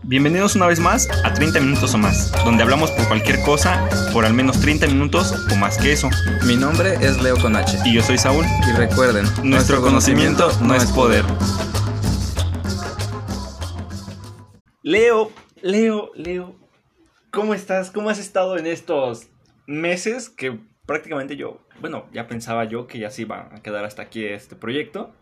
Bienvenidos una vez más a 30 minutos o más, donde hablamos por cualquier cosa por al menos 30 minutos o más que eso. Mi nombre es Leo con H. Y yo soy Saúl. Y recuerden, nuestro conocimiento no es poder. Leo, ¿cómo estás? ¿Cómo has estado en estos meses que prácticamente ya pensaba yo que ya se iba a quedar hasta aquí este proyecto?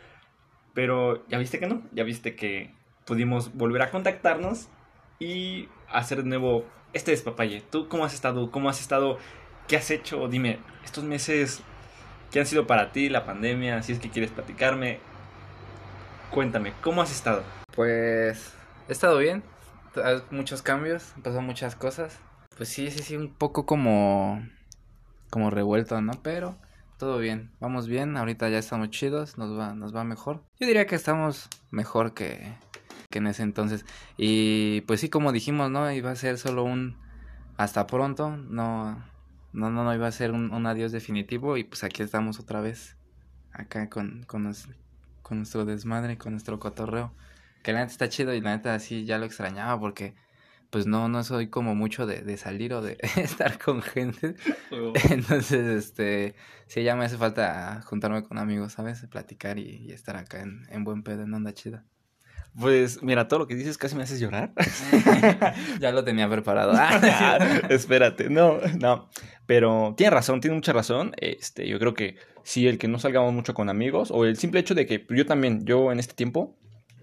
Pero ya viste que no, ya viste que pudimos volver a contactarnos y hacer de nuevo este despapalle. ¿Tú cómo has estado? ¿Qué has hecho? Dime, estos meses, ¿qué han sido para ti, la pandemia? Si es que quieres platicarme, cuéntame, ¿cómo has estado? Pues he estado bien, hay muchos cambios, han pasado muchas cosas. Pues sí, un poco como revuelto, ¿no? Pero todo bien, vamos bien, ahorita ya estamos chidos, nos va mejor. Yo diría que estamos mejor que en ese entonces. Y pues sí, como dijimos, ¿no? Iba a ser solo un hasta pronto, no iba a ser un adiós definitivo. Y pues aquí estamos otra vez, acá con nuestro desmadre, con nuestro cotorreo. Que la neta está chido y la neta sí ya lo extrañaba porque pues no soy como mucho de salir o de estar con gente. Entonces, sí, ya me hace falta juntarme con amigos, ¿sabes? Platicar y estar acá en buen pedo, en onda chida. Pues mira, todo lo que dices casi me haces llorar. Ya lo tenía preparado. Espérate, no. Pero tiene mucha razón. Yo creo que sí, el que no salgamos mucho con amigos, o el simple hecho de que yo en este tiempo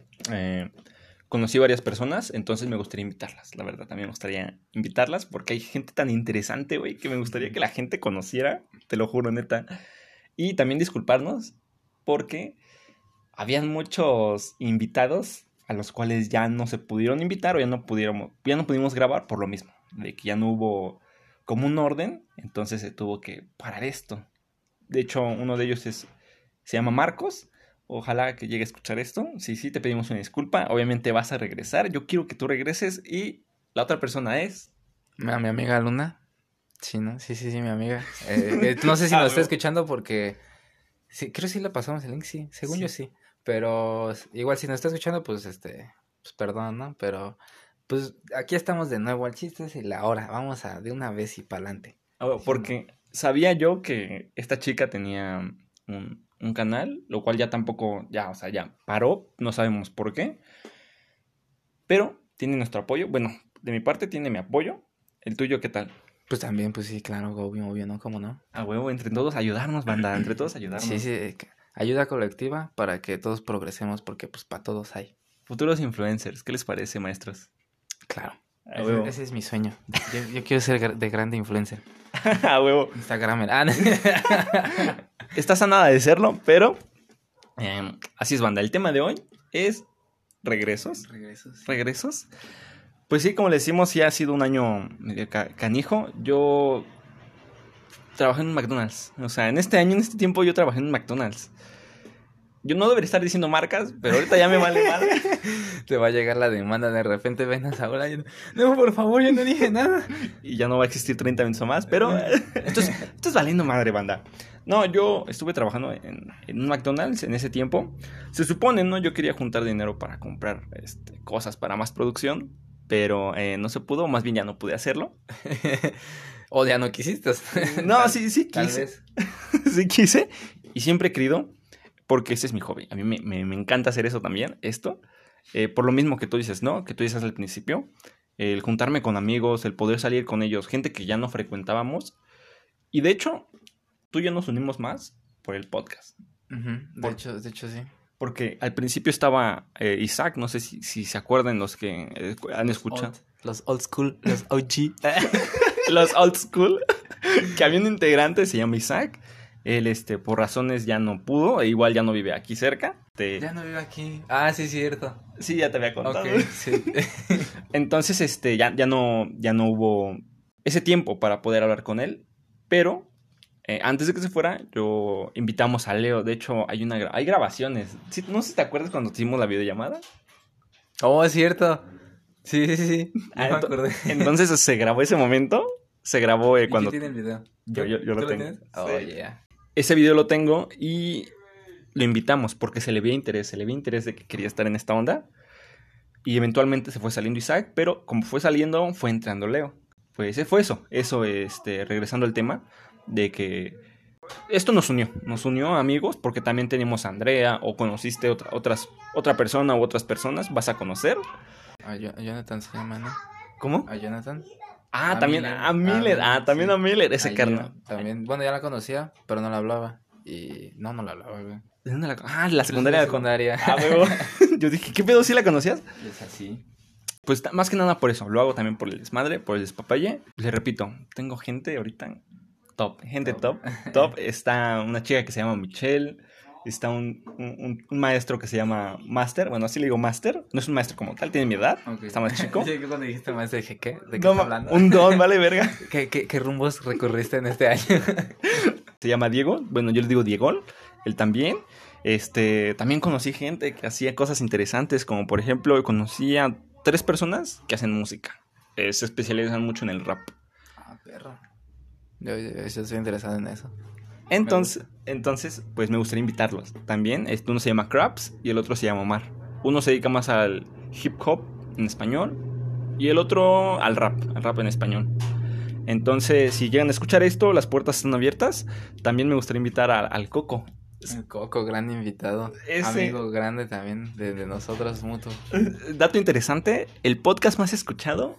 conocí varias personas, entonces me gustaría invitarlas. La verdad, también me gustaría invitarlas porque hay gente tan interesante, güey, que me gustaría que la gente conociera, te lo juro, neta. Y también disculparnos porque habían muchos invitados a los cuales ya no se pudieron invitar o ya no pudimos grabar por lo mismo, de que ya no hubo como un orden, entonces se tuvo que parar esto. De hecho, uno de ellos se llama Marcos. Ojalá que llegue a escuchar esto. Sí, te pedimos una disculpa. Obviamente vas a regresar. Yo quiero que tú regreses. Y la otra persona es mi amiga Luna. Sí, ¿no? Sí, mi amiga. No sé si nos está escuchando porque sí, creo que sí le pasamos el link, sí. Según yo sí. Pero igual si nos está escuchando, pues pues perdón, ¿no? Pero pues aquí estamos de nuevo. El chiste es la hora. Vamos a de una vez y para adelante. Porque sabía yo que esta chica tenía un canal, lo cual ya tampoco, ya paró, no sabemos por qué, pero tiene nuestro apoyo. Bueno, de mi parte tiene mi apoyo. ¿El tuyo qué tal? Pues también, pues sí, claro, obvio, ¿no? ¿Cómo no? A huevo, entre todos ayudarnos, banda, entre todos ayudarnos. Sí, ayuda colectiva para que todos progresemos, porque pues para todos hay. Futuros influencers, ¿qué les parece, maestros? Claro, ese es mi sueño. Yo quiero ser de grande influencer. A huevo. Instagramer. Estás a nada de serlo, pero así es, banda. El tema de hoy es regresos. ¿Regresos? Pues sí, como le decimos, sí ha sido un año medio canijo. Yo trabajé en un McDonald's. O sea, en este tiempo yo trabajé en un McDonald's. Yo no debería estar diciendo marcas, pero ahorita ya me vale madre. Te va a llegar la demanda, de repente ven a Saúl y no, por favor, yo no dije nada. Y ya no va a existir 30 minutos más, pero esto es valiendo madre, banda. No, yo estuve trabajando en un McDonald's en ese tiempo. Se supone, ¿no? Yo quería juntar dinero para comprar cosas para más producción, pero no se pudo, más bien ya no pude hacerlo. O ya no quisiste. No, sí quise. Tal vez. Sí quise y siempre he querido, porque ese es mi hobby. A mí me encanta hacer eso también, esto. Por lo mismo que tú dices, ¿no? Que tú dices al principio. El juntarme con amigos, el poder salir con ellos, gente que ya no frecuentábamos. Y de hecho, tú y yo nos unimos más por el podcast. De hecho, sí. Porque al principio estaba Isaac, no sé si se acuerdan los que han escuchado. Los old school, los OG. Los old school. Que había un integrante, se llama Isaac. Él, por razones ya no pudo, e igual ya no vive aquí cerca. Ya no vive aquí. Ah, sí, cierto. Sí, ya te había contado. Okay, sí. Entonces, ya no hubo ese tiempo para poder hablar con él. Pero, antes de que se fuera, yo invitamos a Leo. De hecho, hay grabaciones. ¿Sí? No sé si te acuerdas cuando hicimos la videollamada. Oh, es cierto. Sí. Me acordé. Entonces, se grabó ese momento. Se grabó cuando... ¿Quién tiene el video? Yo lo tengo. ¿Tienes? Oh, sí. Yeah. Ese video lo tengo y lo invitamos porque se le veía interés de que quería estar en esta onda. Y eventualmente se fue saliendo Isaac, pero como fue saliendo, fue entrando Leo. Pues fue eso. Eso, regresando al tema de que esto nos unió amigos, porque también tenemos a Andrea, o conociste otra persona u otras personas, vas a conocer. A Jonathan se llama, ¿no? ¿Cómo? A Jonathan. Ah, también a Miller, también sí. a Miller, ese A carnal. También, bueno, ya la conocía, pero no la hablaba. Y no la hablaba, güey. ¿De dónde la secundaria? La secundaria. Ah, huevo. Yo dije, ¿qué pedo? ¿Sí la conocías? Es así. Pues más que nada por eso, lo hago también por el desmadre, por el despapalle. Les repito, tengo gente ahorita top, gente top. Está una chica que se llama Michelle, está un maestro que se llama Master, bueno, así le digo Master, no es un maestro como tal, tiene mi edad, Okay. está más chico. Sí, cuando dijiste maestro dije, ¿qué? ¿De qué No, está hablando? un don, vale verga. ¿Qué rumbos recorriste en este año? Se llama Diego, bueno, yo le digo Diego, él también. También conocí gente que hacía cosas interesantes, como por ejemplo, conocí a 3 personas que hacen música. Se especializan mucho en el rap. Ah, perro. Yo estoy interesado en eso. Entonces, pues me gustaría invitarlos también. Uno se llama Krabs y el otro se llama Omar. Uno se dedica más al hip hop en español y el otro al rap en español. Entonces, si llegan a escuchar esto, las puertas están abiertas. También me gustaría invitar al Coco. El Coco, gran invitado. Amigo grande también de nosotros mutuos. Dato interesante, el podcast más escuchado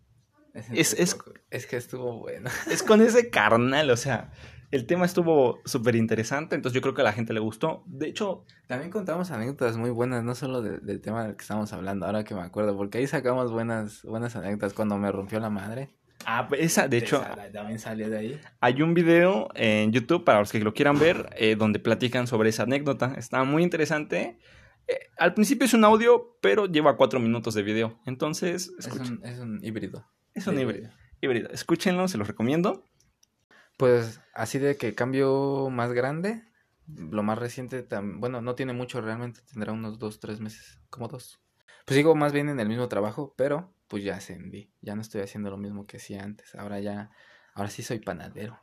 es que estuvo bueno. Es con ese carnal, o sea, el tema estuvo súper interesante, entonces yo creo que a la gente le gustó. De hecho, también contamos anécdotas muy buenas, no solo del tema del que estamos hablando, ahora que me acuerdo, porque ahí sacamos buenas anécdotas cuando me rompió la madre. Ah, esa, de hecho, también salió de ahí. Hay un video en YouTube para los que lo quieran ver, donde platican sobre esa anécdota. Está muy interesante. Al principio es un audio, pero lleva 4 minutos de video. Entonces, escuchen. Es un híbrido. Es un híbrido. Escúchenlo, se los recomiendo. Pues así de que cambio más grande, lo más reciente, bueno, no tiene mucho realmente, tendrá unos 2-3 meses, como 2. Pues sigo más bien en el mismo trabajo, pero pues ya ascendí, ya no estoy haciendo lo mismo que hacía antes, ahora sí soy panadero.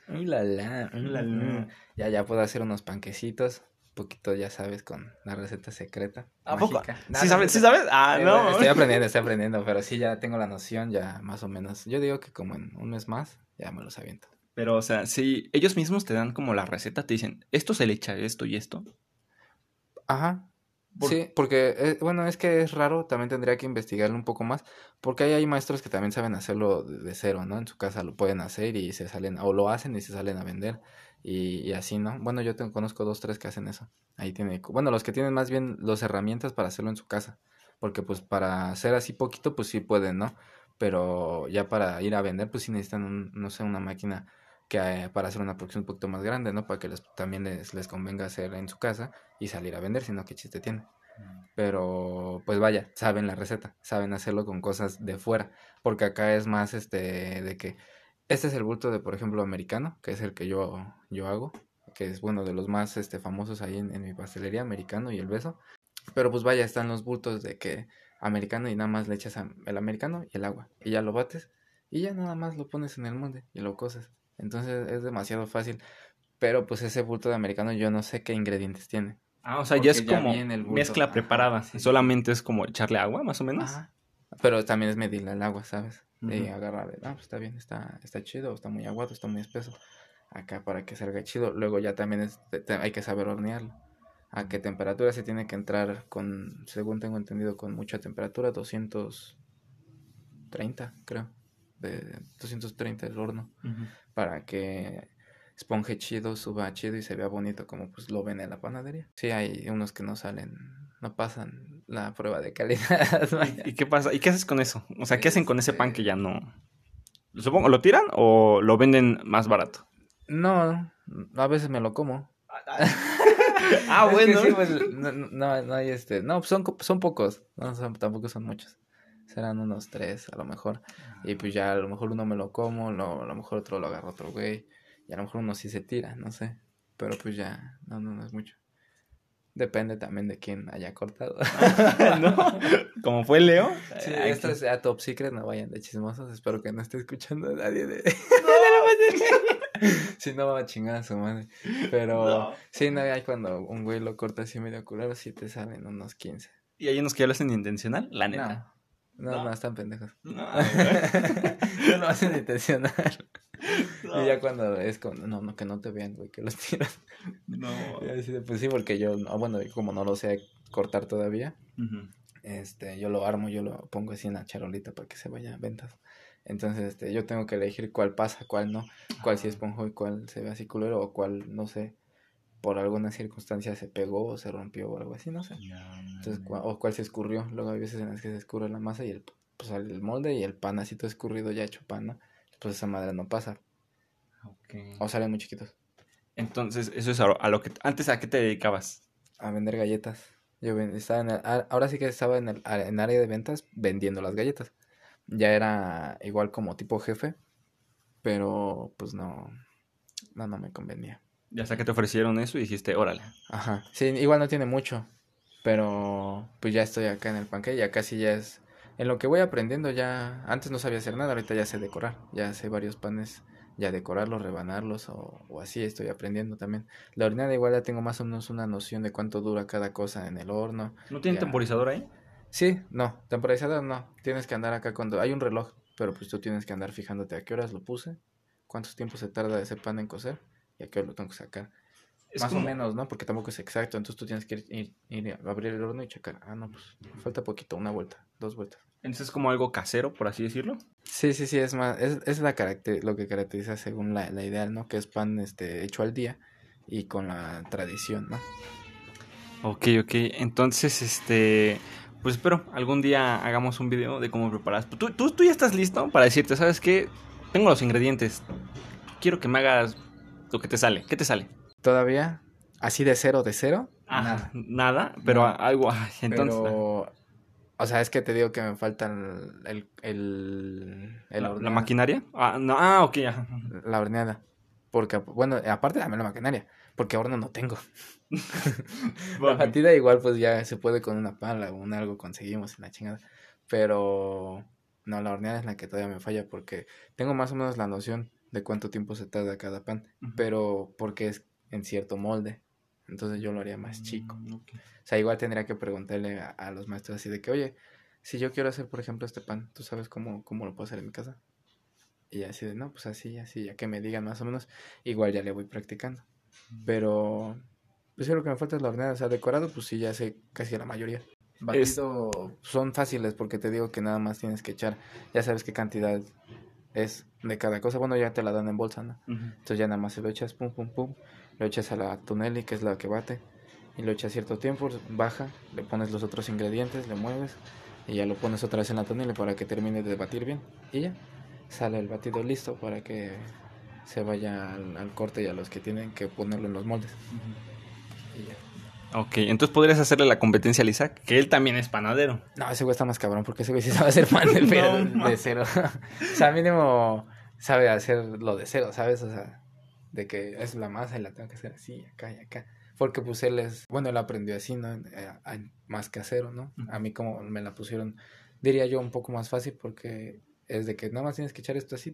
Ya puedo hacer unos panquecitos, un poquito ya sabes, con la receta secreta. ¿A poco? ¿Sí sabes? Ah, no. Estoy aprendiendo, pero sí ya tengo la noción, ya más o menos. Yo digo que como en un mes más, ya me los aviento. Pero, o sea, si ellos mismos te dan como la receta, te dicen, esto se le echa esto y esto. Ajá. Sí, porque, bueno, es que es raro, también tendría que investigarlo un poco más, porque hay maestros que también saben hacerlo de cero, ¿no? En su casa lo pueden hacer y se salen, o lo hacen y se salen a vender, y así, ¿no? Bueno, yo conozco 2-3 que hacen eso. Ahí bueno, los que tienen más bien las herramientas para hacerlo en su casa, porque pues para hacer así poquito, pues sí pueden, ¿no? Pero ya para ir a vender, pues sí necesitan, no sé, una máquina para hacer una producción un poquito más grande, ¿no? Para que también les convenga hacer en su casa y salir a vender, sino que chiste tiene. Pero pues vaya, saben la receta, saben hacerlo con cosas de fuera, porque acá es más de que este es el bulto de, por ejemplo, americano, que es el que yo hago, que es bueno de los más famosos ahí en mi pastelería, americano y el beso. Pero pues vaya, están los bultos de que americano y nada más le echas el americano y el agua y ya lo bates y ya nada más lo pones en el molde y lo coces. Entonces es demasiado fácil. Pero pues ese bulto de americano yo no sé qué ingredientes tiene. Ah, o sea, ya es como mezcla preparada. Sí. Solamente es como echarle agua, más o menos. Ajá. Pero también es medirle el agua, ¿sabes? De agarrar, pues está bien, está chido, está muy aguado, está muy espeso. Acá para que salga chido. Luego ya también hay que saber hornearlo. ¿A qué temperatura se tiene que entrar con, según tengo entendido, con mucha temperatura? 230, creo. De 230 el horno. Para que esponje chido, suba chido y se vea bonito como pues lo ven en la panadería. Sí, hay unos que no pasan la prueba de calidad. ¿Y qué pasa? ¿Y qué haces con eso? O sea, ¿qué hacen con ese pan que ya no? Supongo, ¿lo tiran o lo venden más barato? No, a veces me lo como. Bueno. Sí, pues, no hay no, son pocos, no, tampoco son muchos. Serán unos 3 a lo mejor. Y pues ya a lo mejor uno me lo como, a lo mejor otro lo agarra otro güey. Y a lo mejor uno sí se tira, no sé. Pero pues ya, no es mucho. Depende también de quién haya cortado. ¿No? Como fue Leo. Sí, esto es a top secret, no vayan de chismosos. Espero que no esté escuchando a nadie de... Si no va a chingar a su madre. Pero sí, no hay cuando un güey lo corta así medio culero, sí te salen unos 15. Y hay unos que ya lo hacen intencional, la neta. No, están pendejos. No, No lo hacen intencional. no. Y ya cuando es con, no, que no te vean, güey, que los tiras. No. Y así de, pues sí, porque yo, bueno, como no lo sé cortar todavía, Ujú. yo lo armo, yo lo pongo así en la charolita para que se vaya a ventas. Entonces, yo tengo que elegir cuál pasa, cuál no, cuál sí esponjó y cuál se ve así culero o cuál, no sé, por alguna circunstancia se pegó o se rompió o algo así, no sé. Entonces, o cuál se escurrió. Luego hay veces en las que se escurre la masa y pues sale el molde y el pan así todo escurrido ya hecho pan, ¿no? Pues esa madre no pasa. Ok. O salen muy chiquitos. Entonces, eso es a lo que... Antes, ¿a qué te dedicabas? A vender galletas. Yo estaba ahora sí que estaba en área de ventas vendiendo las galletas. Ya era igual como tipo jefe, pero pues no me convenía. Ya sea que te ofrecieron eso y dijiste, órale. Ajá. Sí, igual no tiene mucho, pero pues ya estoy acá en el panque, ya casi ya es en lo que voy aprendiendo ya. Antes no sabía hacer nada, ahorita ya sé decorar, ya sé varios panes, ya decorarlos, rebanarlos o así estoy aprendiendo también. La horneada igual ya tengo más o menos una noción de cuánto dura cada cosa en el horno. ¿No tienen Ya. temporizador ahí? Sí, no, temporizador no, tienes que andar acá cuando hay un reloj, pero pues tú tienes que andar fijándote a qué horas lo puse, cuántos tiempos se tarda ese pan en cocer y a qué hora lo tengo que sacar. Es Más o como... menos, ¿no? Porque tampoco es exacto. Entonces tú tienes que ir a abrir el horno y checar. Ah, no, pues falta poquito, una vuelta, 2 vueltas. Entonces es como algo casero, por así decirlo. Sí, es más, es lo que caracteriza según la ideal, ¿no? Que es pan hecho al día y con la tradición, ¿no? Ok. Entonces, pues espero algún día hagamos un video de cómo preparas. ¿Tú ya estás listo para decirte, ¿sabes qué? Tengo los ingredientes. Quiero que me hagas lo que te sale. ¿Qué te sale? Todavía, así de cero, Ajá, nada. nada, pero Nada. algo. Ay, entonces, Pero, o sea, es que te digo que me falta el ¿la horneado. maquinaria? No, ok, ajá. La horneada. Porque, bueno, aparte dame la maquinaria. Porque horno no tengo. La Ok. batida igual pues ya se puede con una pala o un algo conseguimos en la chingada. Pero no, la horneada es la que todavía me falla porque tengo más o menos la noción de cuánto tiempo se tarda cada pan. Ujú. Pero porque es en cierto molde. Entonces yo lo haría más chico. Ok. O sea, igual tendría que preguntarle a los maestros así de que, oye, si yo quiero hacer, por ejemplo, este pan, ¿tú sabes cómo lo puedo hacer en mi casa? Y así de, no, pues así, ya que me digan más o menos, igual ya le voy practicando. Pero, pues sí, lo que me falta es la horneada, o sea, decorado, pues sí, ya sé casi la mayoría. Batido son fáciles porque te digo que nada más tienes que echar, ya sabes qué cantidad es de cada cosa. Bueno, ya te la dan en bolsa, ¿no? Ujú. Entonces ya nada más se lo echas, pum, pum, pum, lo echas a la tonelli, que es la que bate, y lo echas cierto tiempo, baja, le pones los otros ingredientes, le mueves, y ya lo pones otra vez en la tonelli para que termine de batir bien, y ya, sale el batido listo para que se vaya al corte y a los que tienen que ponerlo en los moldes. Y ya. Ok, entonces podrías hacerle la competencia a Isaac, que él también es panadero. No, ese güey está más cabrón porque ese güey sí sabe hacer pan de, pero No, de cero. O sea, mínimo sabe hacer lo de cero, ¿sabes? O sea, de que es la masa y la tengo que hacer así, acá y acá. Porque pues bueno, él aprendió así, ¿no? Más casero, ¿no? A mí como me la pusieron, diría yo, un poco más fácil porque es de que nada más tienes que echar esto así,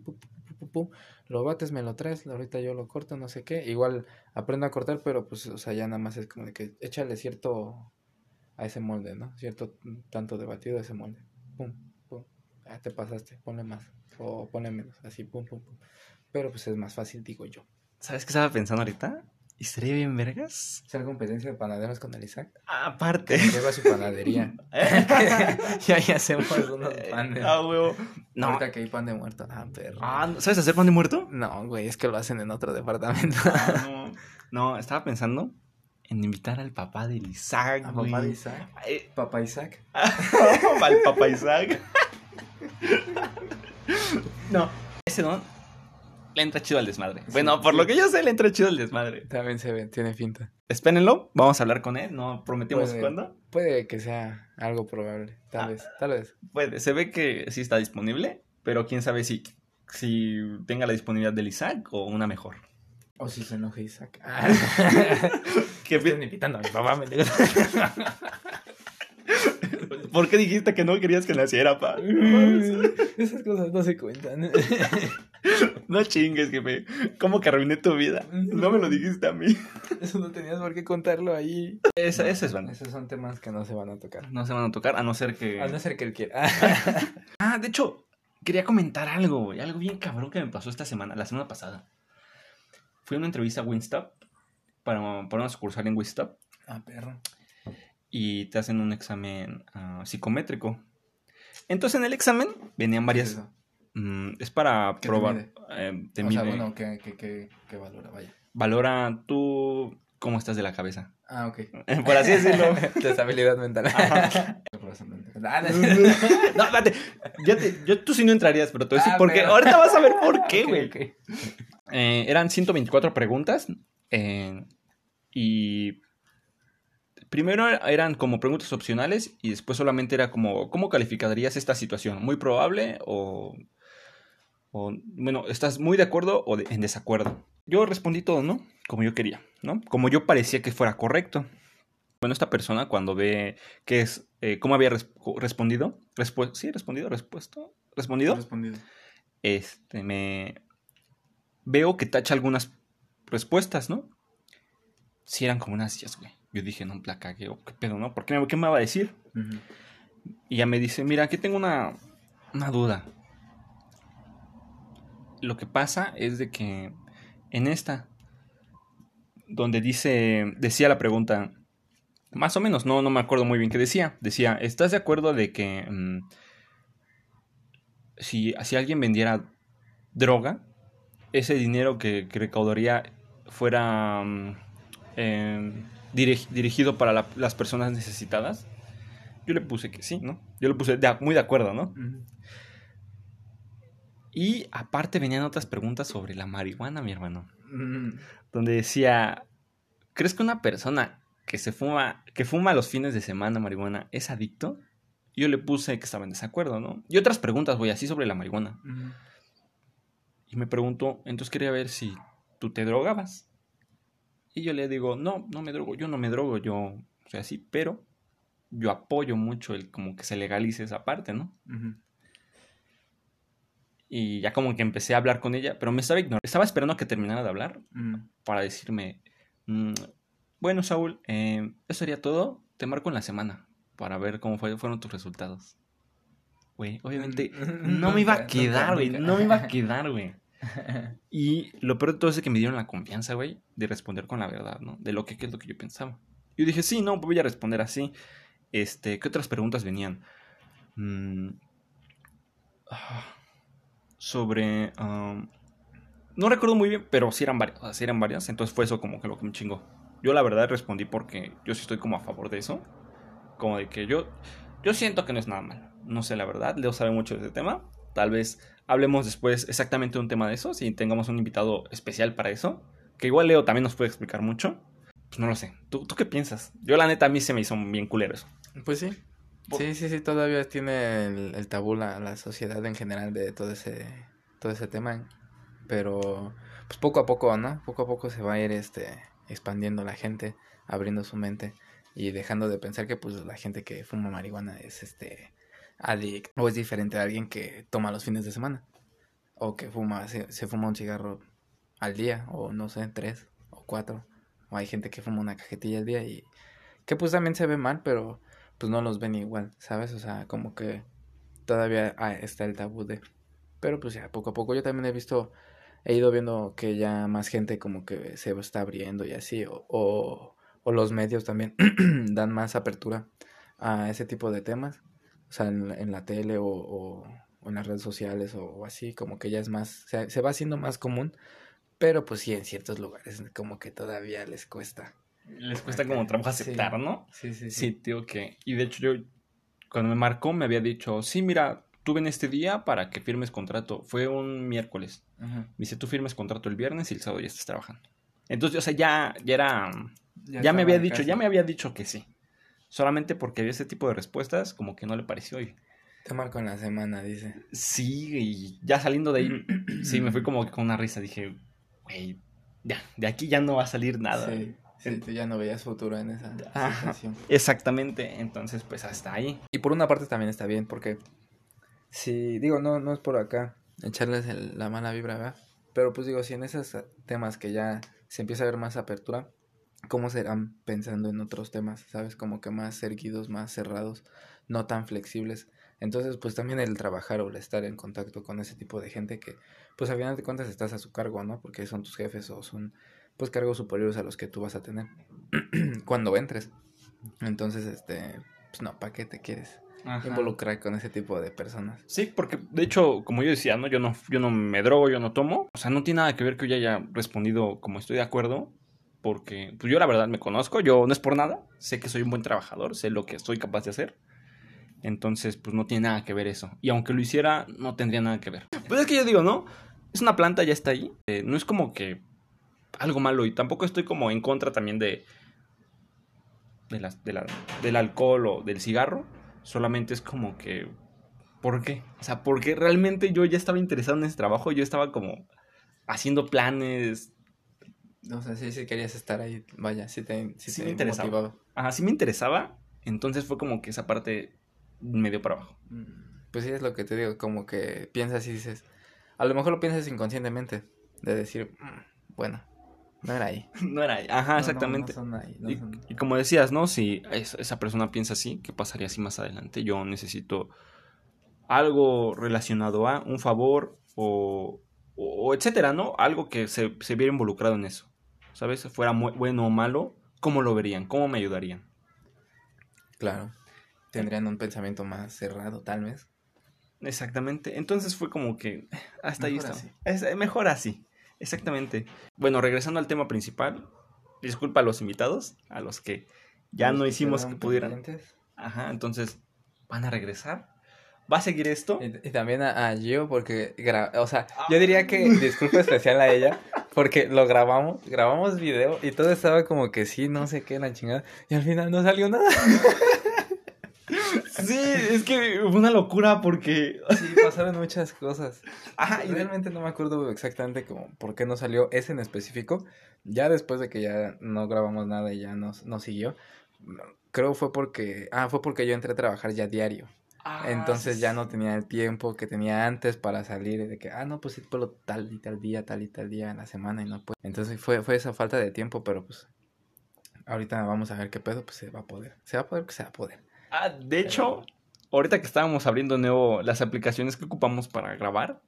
lo bates, me lo traes, ahorita yo lo corto, no sé qué. Igual aprendo a cortar, pero pues, o sea, ya nada más es como de que échale cierto a ese molde, ¿no? Cierto tanto de batido a ese molde. Pum, pum. Ah, te pasaste, ponle más. O ponle menos, así, pum, pum, pum. Pero pues es más fácil, digo yo. ¿Sabes qué estaba pensando ahorita? ¿Y sería bien vergas? ¿Hacer competencia de panaderos con el Isaac? Aparte. Lleva su panadería. Ya hacemos unos panes. Ah, huevo. No. Ahorita que hay pan de muerto. Ah, perro. ¿Sabes hacer pan de muerto? No, güey, es que lo hacen en otro departamento. No, estaba pensando en invitar al papá de Isaac, ¿A güey. papá de Isaac? ¿Papá Isaac? Al papá Isaac. No, ese don le entra chido al desmadre. Sí, Bueno, por sí. lo que yo sé, le entra chido al desmadre. También se ve, tiene finta. Espérenlo, vamos a hablar con él. No prometimos cuándo. Puede que sea algo probable, tal vez. Puede, se ve que sí está disponible, pero quién sabe si tenga la disponibilidad del Isaac o una mejor. O si se enoja Isaac. ¿Qué Están invitando a mi papá, me digo. ¿Por qué dijiste que no querías que naciera, pa? Esas cosas no se cuentan. No chingues, jefe. ¿Cómo que arruiné tu vida? No me lo dijiste a mí. Eso no tenías por qué contarlo ahí. Eso es bueno. Esos son temas que no se van a tocar. No se van a tocar, a no ser que... A no ser que él quiera. De hecho, quería comentar algo, güey. Algo bien cabrón que me pasó esta semana, la semana pasada. Fui a una entrevista a Wingstop, para una sucursal en Wingstop. Perro. Y te hacen un examen psicométrico. Entonces en el examen venían varias... ¿Qué es eso? Es para ¿Qué probar. te mide? O sea, bueno, ¿qué valora? Vaya. Valora tú cómo estás de la cabeza. Ok. Por así decirlo. Tu estabilidad mental. No, espérate. Tú sí no entrarías, pero te voy a decir por qué. Pero... Ahorita vas a ver por qué, güey. Okay. Eran 124 preguntas. Y primero eran como preguntas opcionales. Y después solamente era como, ¿cómo calificarías esta situación? ¿Muy probable o bueno, ¿estás muy de acuerdo o en desacuerdo? Yo respondí todo, ¿no? Como yo quería, ¿no? Como yo parecía que fuera correcto. Bueno, esta persona cuando ve que es... ¿cómo había respondido? ¿Respondido? Veo que tacha algunas respuestas, ¿no? Sí eran como unas 10, güey. Yo dije, no, la cagué, ¿qué pedo, no? ¿Qué me va a decir? Uh-huh. Y ya me dice, mira, aquí tengo una duda. Lo que pasa es de que en esta, donde decía la pregunta, más o menos, no me acuerdo muy bien qué decía. Decía, ¿estás de acuerdo de que si alguien vendiera droga, ese dinero que recaudaría fuera dirigido para las personas necesitadas? Yo le puse que sí, ¿no? Yo le puse muy de acuerdo, ¿no? Uh-huh. Y aparte venían otras preguntas sobre la marihuana, mi hermano. Donde decía, ¿crees que una persona que fuma los fines de semana marihuana es adicto? Yo le puse que estaba en desacuerdo, ¿no? Y otras preguntas, güey, así sobre la marihuana. Uh-huh. Y me preguntó, entonces quería ver si tú te drogabas. Y yo le digo, no me drogo, yo no me drogo, yo soy así, pero yo apoyo mucho el como que se legalice esa parte, ¿no? Uh-huh. Y ya como que empecé a hablar con ella, pero me estaba ignorando. Estaba esperando a que terminara de hablar para decirme, bueno, Saúl, eso sería todo. Te marco en la semana para ver cómo fueron tus resultados. Güey, obviamente no me iba a quedar, güey. No me iba a quedar, güey. Y lo peor de todo es que me dieron la confianza, güey, de responder con la verdad, ¿no? De qué es lo que yo pensaba. Yo dije, sí, no, voy a responder así. ¿Qué otras preguntas venían? Sobre... no recuerdo muy bien, pero sí eran varias. Entonces fue eso como que lo que me chingó. Yo la verdad respondí porque yo sí estoy como a favor de eso. Como de que yo siento que no es nada mal. No sé la verdad, Leo sabe mucho de ese tema. Tal vez hablemos después exactamente de un tema de eso. Si tengamos un invitado especial para eso. Que igual Leo también nos puede explicar mucho. Pues no lo sé. ¿Tú qué piensas? Yo la neta a mí se me hizo bien culero eso. Pues sí. Sí, todavía tiene el tabú la sociedad en general de todo ese tema, pero pues poco a poco, ¿no? Poco a poco se va a ir expandiendo la gente, abriendo su mente y dejando de pensar que pues la gente que fuma marihuana es adicto o es diferente a alguien que toma los fines de semana o que se fuma un cigarro al día o no sé, 3 o 4, o hay gente que fuma una cajetilla al día y que pues también se ve mal, pero pues no los ven igual, ¿sabes? O sea, como que todavía está el tabú de... Pero pues ya, poco a poco yo también he ido viendo que ya más gente como que se está abriendo y así, o los medios también dan más apertura a ese tipo de temas, o sea, en la tele o en las redes sociales o así, como que ya es más, se va haciendo más común, pero pues sí, en ciertos lugares como que todavía les cuesta. Les cuesta como trabajo aceptar, sí. ¿no? Sí, tío, que... Y de hecho yo, cuando me marcó, me había dicho, sí, mira, tú ven este día para que firmes contrato. Fue un miércoles. Uh-huh. Me dice, tú firmes contrato el viernes y el sábado ya estás trabajando. Entonces, o sea, ya era... Ya me había dicho que sí. Solamente porque había ese tipo de respuestas, como que no le pareció. Y... Te marco en la semana, dice. Sí, y ya saliendo de ahí, sí, me fui como que con una risa. Dije, güey, ya, de aquí ya no va a salir nada. Sí, tú ya no veías futuro en esa situación. Exactamente, entonces pues hasta ahí. Y por una parte también está bien, porque si, digo, no es por acá echarles la mala vibra, ¿verdad? Pero pues digo, si en esos temas que ya se empieza a ver más apertura, ¿cómo serán pensando en otros temas? ¿Sabes? Como que más erguidos, más cerrados, no tan flexibles. Entonces, pues también el trabajar o el estar en contacto con ese tipo de gente que, pues al final de cuentas estás a su cargo, ¿no? Porque son tus jefes o son, pues, cargos superiores a los que tú vas a tener cuando entres. Entonces, pues no, ¿para qué te quieres involucrar con ese tipo de personas? Sí, porque de hecho, como yo decía, ¿no? Yo no me drogo, yo no tomo. O sea, no tiene nada que ver que yo haya respondido como estoy de acuerdo. Porque pues yo la verdad me conozco, yo no es por nada. Sé que soy un buen trabajador, sé lo que soy capaz de hacer. Entonces, pues no tiene nada que ver eso. Y aunque lo hiciera, no tendría nada que ver. Pues es que yo digo, ¿no? Es una planta, ya está ahí. No es como que algo malo. Y tampoco estoy como en contra también del alcohol o del cigarro. Solamente es como que, ¿por qué? O sea, porque realmente yo ya estaba interesado en ese trabajo. Yo estaba como haciendo planes. No sé, sí querías estar ahí, vaya, sí Sí te me interesaba. motivaba. Ajá, sí me interesaba. Entonces fue como que esa parte me dio para abajo. Pues sí, es lo que te digo, como que piensas y dices, a lo mejor lo piensas inconscientemente, de decir, bueno, no era ahí. No era ahí. Ajá, No exactamente. son ahí. No son... Y como decías, ¿no? Si esa persona piensa así, ¿qué pasaría así más adelante? Yo necesito algo relacionado a un favor o etcétera, ¿no? Algo que se viera involucrado en eso. ¿Sabes? Fuera bueno o malo, ¿cómo lo verían? ¿Cómo me ayudarían? Claro, tendrían un pensamiento más cerrado, tal vez. Exactamente. Entonces fue como que hasta ahí Mejor está. así. Mejor así. Exactamente. Bueno, regresando al tema principal. Disculpa a los invitados, a los que ya Los no que hicimos que quedaron pudieran. pendientes. Ajá, entonces, ¿van a regresar? ¿Va a seguir esto? Y también a Gio, porque, o sea, yo diría que disculpa especial a ella, porque lo grabamos video y todo estaba como que sí, no sé qué, la chingada, y al final no salió nada. Sí, es que fue una locura porque... Sí, pasaron muchas cosas. Ajá, Realmente no me acuerdo exactamente como por qué no salió ese en específico. Ya después de que ya no grabamos nada y ya no siguió, creo fue porque yo entré a trabajar ya diario. Entonces ya no tenía el tiempo que tenía antes para salir de que, no, pues sí puedo tal y tal día en la semana y no puedo. Entonces fue esa falta de tiempo, pero pues ahorita vamos a ver qué pedo, pues se va a poder. Se va a poder, que se va a poder. De hecho, ahorita que estábamos abriendo nuevo las aplicaciones que ocupamos para grabar.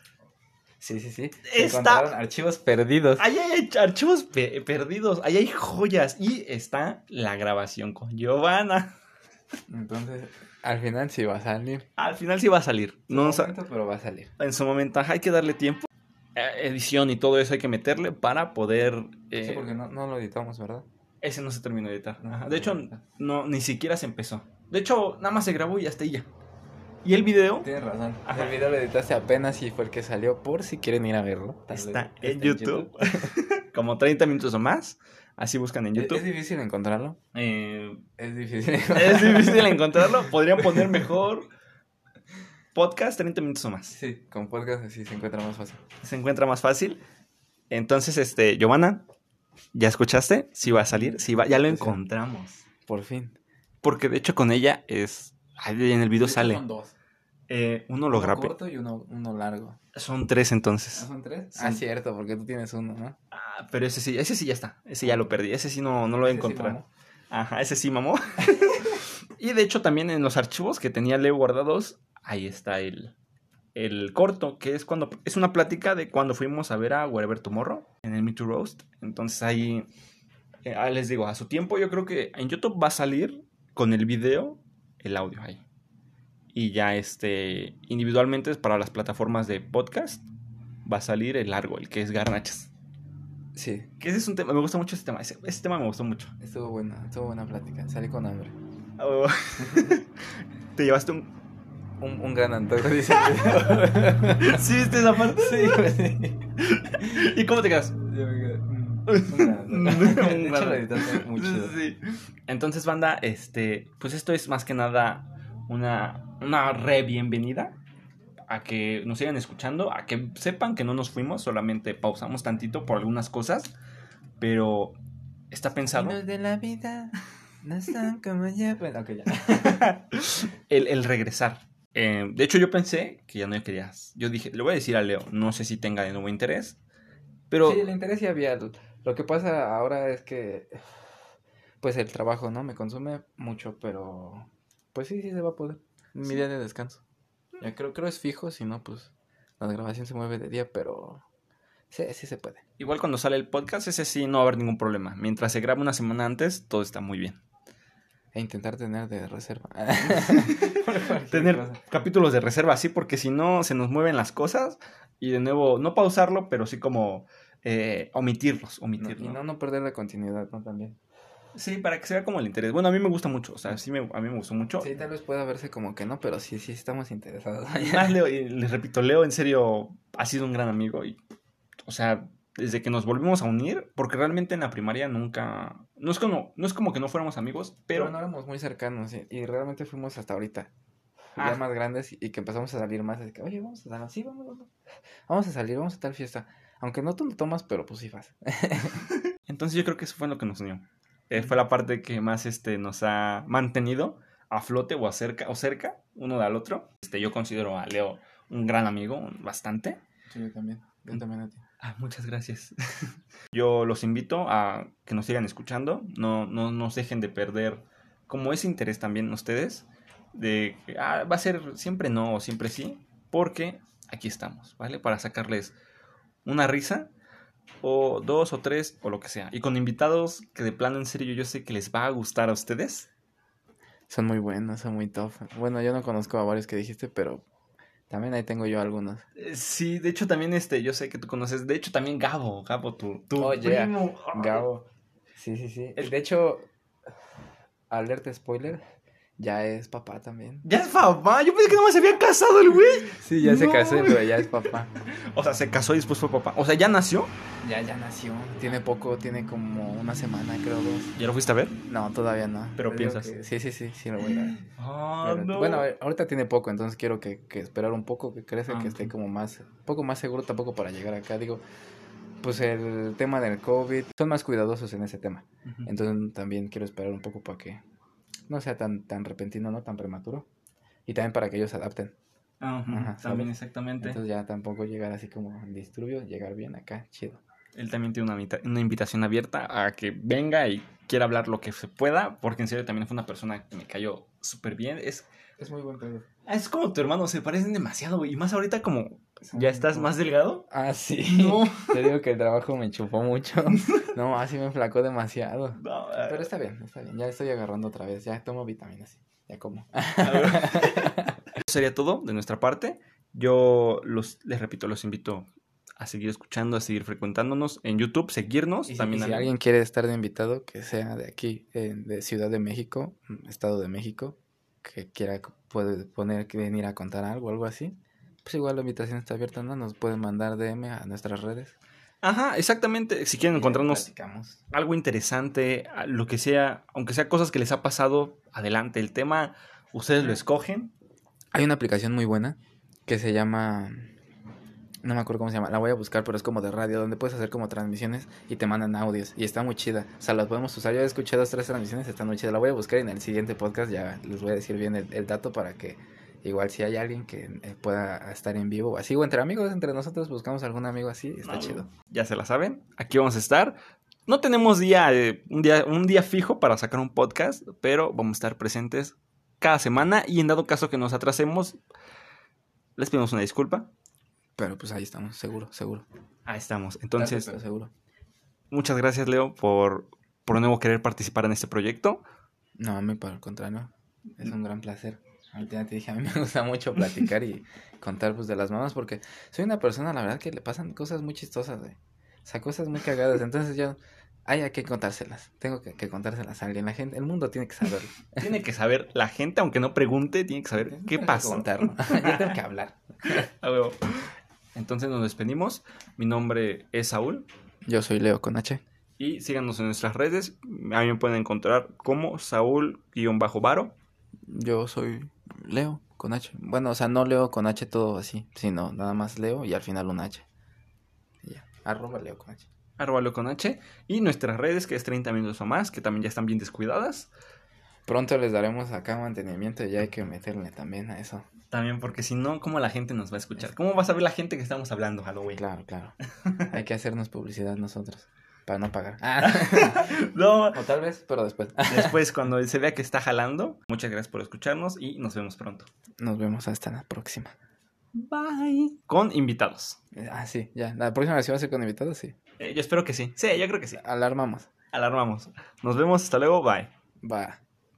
Sí. Se encontraron archivos perdidos. Ahí hay archivos perdidos, ahí hay joyas y está la grabación con Giovanna. Entonces, al final sí va a salir. Al final sí va a salir. Pero va a salir. En su momento hay que darle tiempo. Edición y todo eso hay que meterle para poder... Sí, porque no lo editamos, ¿verdad? Ese no se terminó de editar. No, De hecho, no, ni siquiera se empezó. De hecho, nada más se grabó y hasta ahí ya. Y el video... Tienes razón. Ajá. El video lo editaste apenas y fue el que salió, por si quieren ir a verlo. Está en YouTube. Como 30 minutos o más. Así buscan en YouTube. ¿Es difícil encontrarlo? Es difícil. Es difícil encontrarlo. Podrían poner mejor podcast 30 minutos o más. Sí, con podcast así se encuentra más fácil. Se encuentra más fácil. Entonces, Giovanna, ¿ya escuchaste? Sí va a salir. Sí va, ya lo encontramos. Por fin. Porque de hecho con ella es... En el video sale. Son dos. Uno lo grabé. Uno corto y uno largo. Son 3 entonces. ¿Son 3? Son... cierto, porque tú tienes uno, ¿no? Pero ese sí ya está. Ese ya lo perdí. Ese sí no lo he encontrado. Sí, ajá, ese sí mamó. Y de hecho también en los archivos que tenía Leo guardados, ahí está el corto, que es cuando es una plática de cuando fuimos a ver a Wherever Tomorrow en el Me Too Roast. Entonces ahí les digo, a su tiempo yo creo que en YouTube va a salir con el video el audio ahí. Y ya individualmente para las plataformas de podcast va a salir el largo, el que es Garnachas. Sí. Que ese es un tema, me gusta mucho ese tema. Ese tema me gustó mucho. Estuvo buena plática. Salí con hambre. Oh. Te llevaste un gran antojo, dice. ¿Sí viste esa parte? Sí. ¿Y cómo te quedas? Yo me quedé. De hecho, lo editaste mucho. Sí. Entonces, banda, pues esto es más que nada una bienvenida a que nos sigan escuchando, a que sepan que no nos fuimos, solamente pausamos tantito por algunas cosas, pero está pensado. Los de la vida no están como ya. Bueno, ok, ya. el regresar. De hecho, yo pensé que ya no querías. Yo dije, le voy a decir a Leo, no sé si tenga de nuevo interés, pero... Sí, el interés ya había. Lo que pasa ahora es que, pues el trabajo, ¿no? Me consume mucho, pero pues sí, sí se va a poder. Mi día de descanso. Ya creo es fijo, si no, pues la grabación se mueve de día, pero sí, sí se puede. Igual cuando sale el podcast, ese sí no va a haber ningún problema. Mientras se grabe una semana antes, todo está muy bien. E intentar tener de reserva. Tener capítulos de reserva así, porque si no se nos mueven las cosas y de nuevo, no pausarlo, pero sí como omitirlos. Y no perder la continuidad, ¿no? También. Sí, para que se vea como el interés. Bueno, a mí me gusta mucho, o sea, a mí me gustó mucho. Sí, tal vez pueda verse como que no, pero sí, sí estamos interesados. Más Leo, y les repito, Leo en serio ha sido un gran amigo y, o sea, desde que nos volvimos a unir, porque realmente en la primaria nunca, no es como que no fuéramos amigos, pero no éramos muy cercanos y realmente fuimos hasta ahorita. Ah. Ya más grandes y que empezamos a salir más. Es que, oye, vamos a salir, sí, vamos. Vamos a salir, vamos a tal fiesta. Aunque no tú lo tomas, pero pues sí vas. Entonces yo creo que eso fue lo que nos unió. Fue la parte que más nos ha mantenido a flote o cerca uno del otro. Yo considero a Leo un gran amigo, bastante. Sí, yo también. Yo también a ti. Muchas gracias. Yo los invito a que nos sigan escuchando. No nos dejen de perder como ese interés también ustedes. De que va a ser siempre no o siempre sí. Porque aquí estamos, ¿vale? Para sacarles una risa o 2 o 3 o lo que sea. Y con invitados que de plano en serio yo sé que les va a gustar a ustedes. Son muy buenos, son muy top. Bueno, yo no conozco a varios que dijiste, pero también ahí tengo yo algunos. Sí, de hecho también yo sé que tú conoces. De hecho también Gabo, tu Oh, yeah. primo. Gabo. Sí, sí, sí. De hecho, alerta spoiler, ya es papá también. Ya es papá. Yo pensé que nomás se había casado el güey. Sí, ya se No. casó, pero ya es papá. O sea, se casó y después fue papá. O sea, ¿ya nació? Ya nació. Tiene poco, tiene como una semana, creo, 2. ¿Ya lo fuiste a ver? No, todavía no. Pero piensas. Sí, sí, lo voy a ver. Pero, No. bueno, ahorita tiene poco, entonces quiero que esperar un poco, que crezca, que esté Ok. como un poco más seguro tampoco para llegar acá. Digo, pues el tema del COVID, son más cuidadosos en ese tema. Ujú. Entonces también quiero esperar un poco para que no sea tan repentino, no tan prematuro. Y también para que ellos se adapten. Ajá, También ¿sabes? exactamente. Entonces ya tampoco llegar así como en disturbio, llegar bien acá, chido. Él también tiene una invitación abierta a que venga y quiera hablar lo que se pueda, porque en serio también fue una persona que me cayó súper bien. Es muy buen pedo. Es como tu hermano, se parecen demasiado, güey. Y más ahorita como Son ya estás como- más delgado. Ah, sí. No. Te digo que el trabajo me chupó mucho. No, así me enflacó demasiado. No, Pero está bien, está bien. Ya estoy agarrando otra vez. Ya tomo vitaminas. Ya como. Eso sería todo de nuestra parte. Yo les repito, los invito a seguir escuchando, a seguir frecuentándonos en YouTube, seguirnos. Y también si alguien quiere estar de invitado, que sea de aquí, de Ciudad de México, Estado de México, que quiera, puede poner que venir a contar algo así, pues igual la invitación está abierta, ¿no? Nos pueden mandar DM a nuestras redes. Ajá, exactamente. Si quieren encontrarnos Platicamos. algo interesante, lo que sea, aunque sea cosas que les ha pasado, adelante. El tema, ustedes lo escogen. Hay una aplicación muy buena que se llama... No me acuerdo cómo se llama, la voy a buscar, pero es como de radio, donde puedes hacer como transmisiones y te mandan audios. Y está muy chida. O sea, las podemos usar. Yo he escuchado 2, 3 transmisiones, están muy chidas. La voy a buscar y en el siguiente podcast ya les voy a decir bien el dato para que igual si hay alguien que pueda estar en vivo, así o entre amigos, entre nosotros buscamos algún amigo así, está chido. Ya se la saben, aquí vamos a estar. No tenemos un día fijo para sacar un podcast, pero vamos a estar presentes cada semana y en dado caso que nos atrasemos, les pedimos una disculpa. Pero pues ahí estamos, seguro. Ahí estamos. Entonces, Tarde, pero seguro. muchas gracias, Leo, por de nuevo querer participar en este proyecto. No, a mí por el contrario, es un gran placer. Ahorita ya te dije, a mí me gusta mucho platicar y contar pues de las mamás porque soy una persona, la verdad, que le pasan cosas muy chistosas, güey. O sea, cosas muy cagadas. Entonces yo, hay que contárselas. Tengo que contárselas a alguien. La gente, el mundo tiene que saberlo. Tiene que saber, la gente, aunque no pregunte, tiene que saber qué Tengo que pasó. contarlo. Yo tengo que hablar. A huevo. Entonces nos despedimos. Mi nombre es Saúl. Yo soy Leo con H. Y síganos en nuestras redes. A mí me pueden encontrar como Saúl-Varo. Yo soy Leo con H. Bueno, o sea, no Leo con H todo así, sino nada más Leo y al final un H. Y ya, @Leo con H. @Leo con H. Y nuestras redes, que es 30 minutos o más, que también ya están bien descuidadas. Pronto les daremos acá mantenimiento y ya hay que meterle también a eso. También, porque si no, ¿cómo la gente nos va a escuchar? ¿Cómo va a saber la gente que estamos hablando Halloween? Claro, claro. Hay que hacernos publicidad nosotros para no pagar. No, O tal vez, pero después. después cuando se vea que está jalando, muchas gracias por escucharnos y nos vemos pronto. Nos vemos hasta la próxima. Bye. Con invitados. Sí, ya. La próxima vez va a ser con invitados, sí. Yo espero que sí. Sí, yo creo que sí. Alarmamos. Alarmamos. Nos vemos, hasta luego, bye. Va.